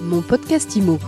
Mon podcast IMO.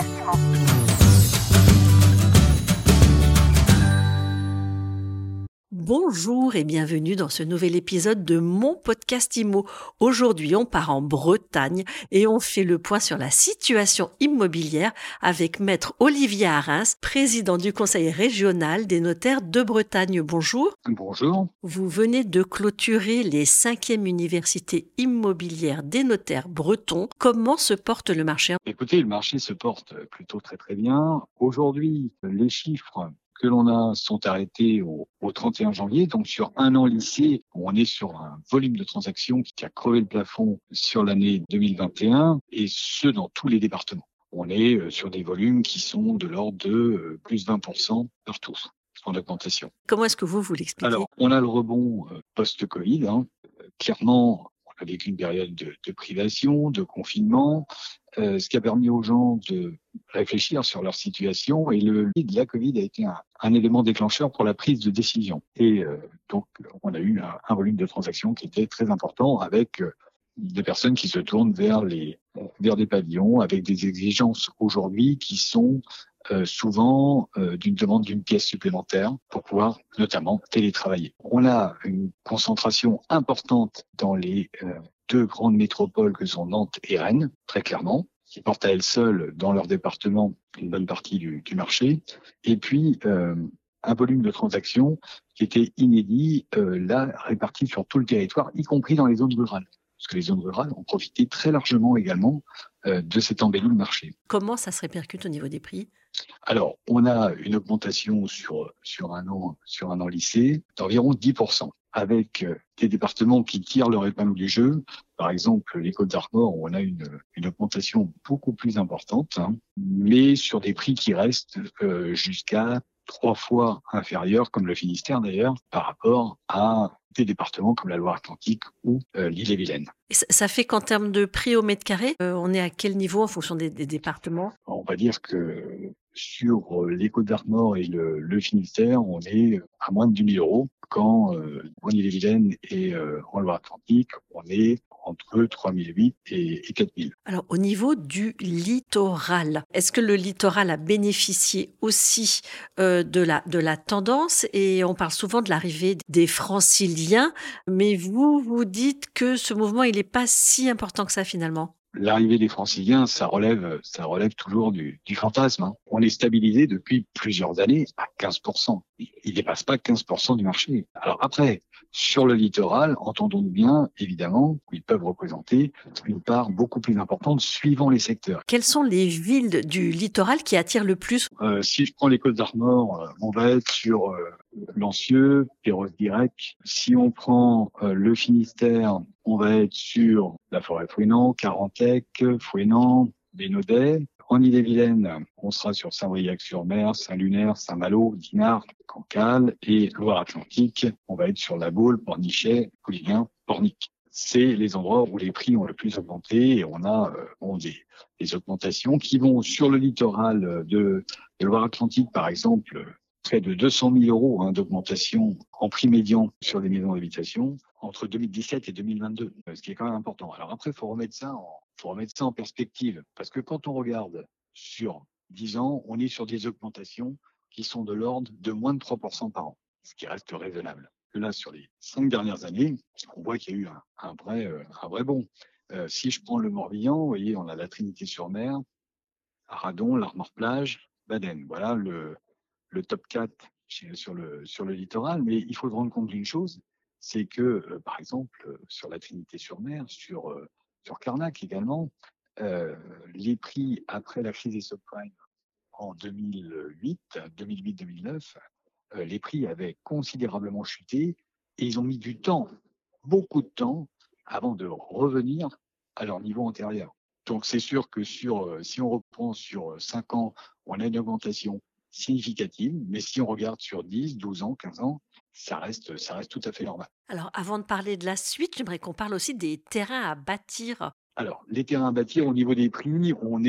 Bonjour et bienvenue dans ce nouvel épisode de mon podcast IMO. Aujourd'hui, on part en Bretagne et on fait le point sur la situation immobilière avec Maître Olivier Arins, président du Conseil régional des notaires de Bretagne. Bonjour. Bonjour. Vous venez de clôturer les 5e universités immobilières des notaires bretons. Comment se porte le marché? Écoutez, le marché se porte plutôt très bien. Aujourd'hui, les chiffres que l'on a sont arrêtés au 31 janvier. Donc, sur un an lycée, on est sur un volume de transactions qui a crevé le plafond sur l'année 2021 et ce, dans tous les départements. On est sur des volumes qui sont de l'ordre de plus de 20% partout en augmentation. Comment est-ce que vous l'expliquez? Alors, on a le rebond post-Covid. Clairement, on a vécu une période de privation, de confinement, ce qui a permis aux gens de réfléchir sur leur situation. Et la Covid a été un élément déclencheur pour la prise de décision. Et donc, on a eu un volume de transactions qui était très important avec des personnes qui se tournent vers des pavillons avec des exigences aujourd'hui qui sont souvent d'une demande d'une pièce supplémentaire pour pouvoir notamment télétravailler. On a une concentration importante dans les deux grandes métropoles que sont Nantes et Rennes, très clairement, qui portent à elles seules dans leur département une bonne partie du marché. Et puis, un volume de transactions qui était inédit, là, réparti sur tout le territoire, y compris dans les zones rurales. Parce que les zones rurales ont profité très largement également de cette embellie de marché. Comment ça se répercute au niveau des prix? Alors, on a une augmentation sur un an lycée d'environ 10%, avec des départements qui tirent leur épingle du jeu. Par exemple, les Côtes-d'Armor, où on a une augmentation beaucoup plus importante, mais sur des prix qui restent jusqu'à 3 fois inférieurs, comme le Finistère d'ailleurs, par rapport à des départements comme la Loire-Atlantique ou l'Ille-et-Vilaine. Et ça fait qu'en termes de prix au mètre carré, on est à quel niveau en fonction des départements? On va dire que sur les Côtes-d'Armor et le Finistère, on est à moins de 10 000 euros, quand en Ille-et-Vilaine et en Loire-Atlantique, on est entre 3 800 et 4 000. Alors, au niveau du littoral, est-ce que le littoral a bénéficié aussi de la tendance? Et on parle souvent de l'arrivée des franciliens, mais vous dites que ce mouvement, il n'est pas si important que ça finalement. L'arrivée des franciliens, ça relève toujours du fantasme. On est stabilisé depuis plusieurs années à 15%. Il dépasse pas 15% du marché. Alors après, sur le littoral, entendons-nous bien, évidemment, ils peuvent représenter une part beaucoup plus importante suivant les secteurs. Quelles sont les villes du littoral qui attirent le plus? Si je prends les Côtes-d'Armor, on va être sur Lancieux, Perros-Guirec. Si on prend le Finistère, on va être sur la Forêt-Fouesnant, Carantec, Fouesnant, Bénodet. En Ille-et-Vilaine, on sera sur Saint-Briac-sur-Mer, Saint-Lunaire, Saint-Malo, Dinard, Cancale. Et Loire-Atlantique, on va être sur La Baule, Pornichet, Pouliguen, Pornic. C'est les endroits où les prix ont le plus augmenté et on a des augmentations qui vont sur le littoral de Loire-Atlantique, par exemple, près de 200 000 euros d'augmentation en prix médian sur les maisons d'habitation entre 2017 et 2022, ce qui est quand même important. Alors après, faut remettre ça en perspective, parce que quand on regarde sur 10 ans, on est sur des augmentations qui sont de l'ordre de moins de 3% par an, ce qui reste raisonnable. Là, sur les 5 dernières années, on voit qu'il y a eu un vrai bond. Si je prends le Morbihan, vous voyez, on a la Trinité-sur-Mer, Aradon, l'Armor-Plage, Baden. Voilà le top 4 sur le littoral. Mais il faut se rendre compte d'une chose, c'est que, par exemple, sur la Trinité-sur-Mer, sur Carnac également, les prix après la crise des subprimes en 2008-2009, les prix avaient considérablement chuté et ils ont mis du temps, beaucoup de temps, avant de revenir à leur niveau antérieur. Donc c'est sûr que si on reprend sur 5 ans, on a une augmentation significative, mais si on regarde sur 10, 12 ans, 15 ans, ça reste tout à fait normal. Alors, avant de parler de la suite, j'aimerais qu'on parle aussi des terrains à bâtir. Alors, les terrains à bâtir, au niveau des prix, on est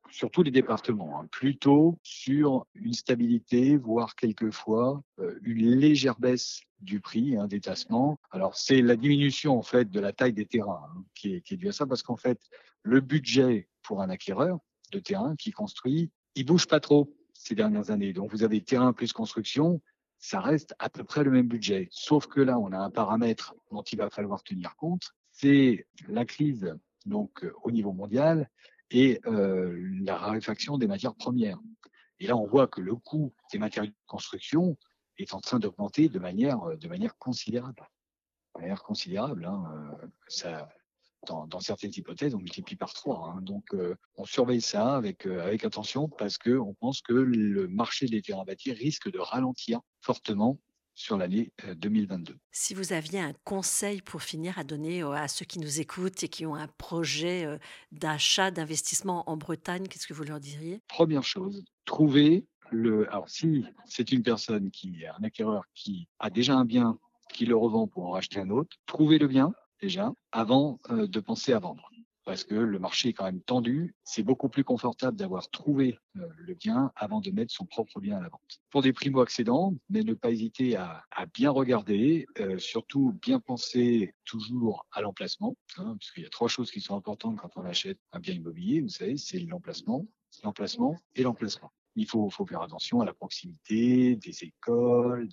sur tous les départements, plutôt sur une stabilité, voire quelquefois une légère baisse du prix des tassements. Alors c'est la diminution en fait de la taille des terrains qui est due à ça, parce qu'en fait le budget pour un acquéreur de terrain qui construit, il bouge pas trop ces dernières années. Donc vous avez terrain plus construction, ça reste à peu près le même budget. Sauf que là, on a un paramètre dont il va falloir tenir compte, c'est la crise donc au niveau mondial et la raréfaction des matières premières. Et là, on voit que le coût des matériaux de construction est en train d'augmenter de manière considérable. De manière considérable, ça, dans certaines hypothèses, on multiplie par 3. Donc, on surveille ça avec attention parce qu'on pense que le marché des terrains bâtis risque de ralentir fortement sur l'année 2022. Si vous aviez un conseil pour finir à donner à ceux qui nous écoutent et qui ont un projet d'achat, d'investissement en Bretagne, qu'est-ce que vous leur diriez? Première chose, trouver alors si c'est une personne qui est un acquéreur qui a déjà un bien, qui le revend pour en racheter un autre, trouvez le bien déjà avant de penser à vendre. Parce que le marché est quand même tendu. C'est beaucoup plus confortable d'avoir trouvé le bien avant de mettre son propre bien à la vente. Pour des primo-accédants, mais ne pas hésiter à bien regarder, surtout bien penser toujours à l'emplacement, parce qu'il y a 3 choses qui sont importantes quand on achète un bien immobilier, vous savez, c'est l'emplacement et l'emplacement. Il faut faire attention à la proximité des écoles,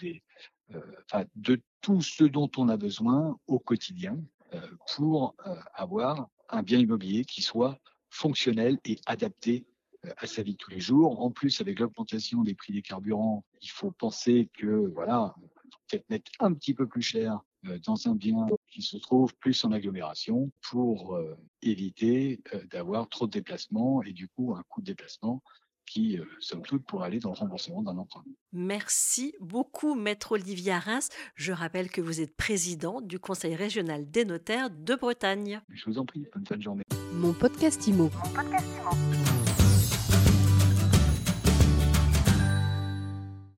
de tout ce dont on a besoin au quotidien pour avoir un bien immobilier qui soit fonctionnel et adapté à sa vie de tous les jours. En plus, avec l'augmentation des prix des carburants, il faut penser que, voilà, peut-être mettre un petit peu plus cher dans un bien qui se trouve plus en agglomération pour éviter d'avoir trop de déplacements et du coup un coût de déplacement qui, somme toute, pourrait aller dans le remboursement d'un emprunt. Merci beaucoup, Maître Olivier Reims. Je rappelle que vous êtes président du Conseil régional des notaires de Bretagne. Je vous en prie, bonne fin de journée. Mon podcast IMO.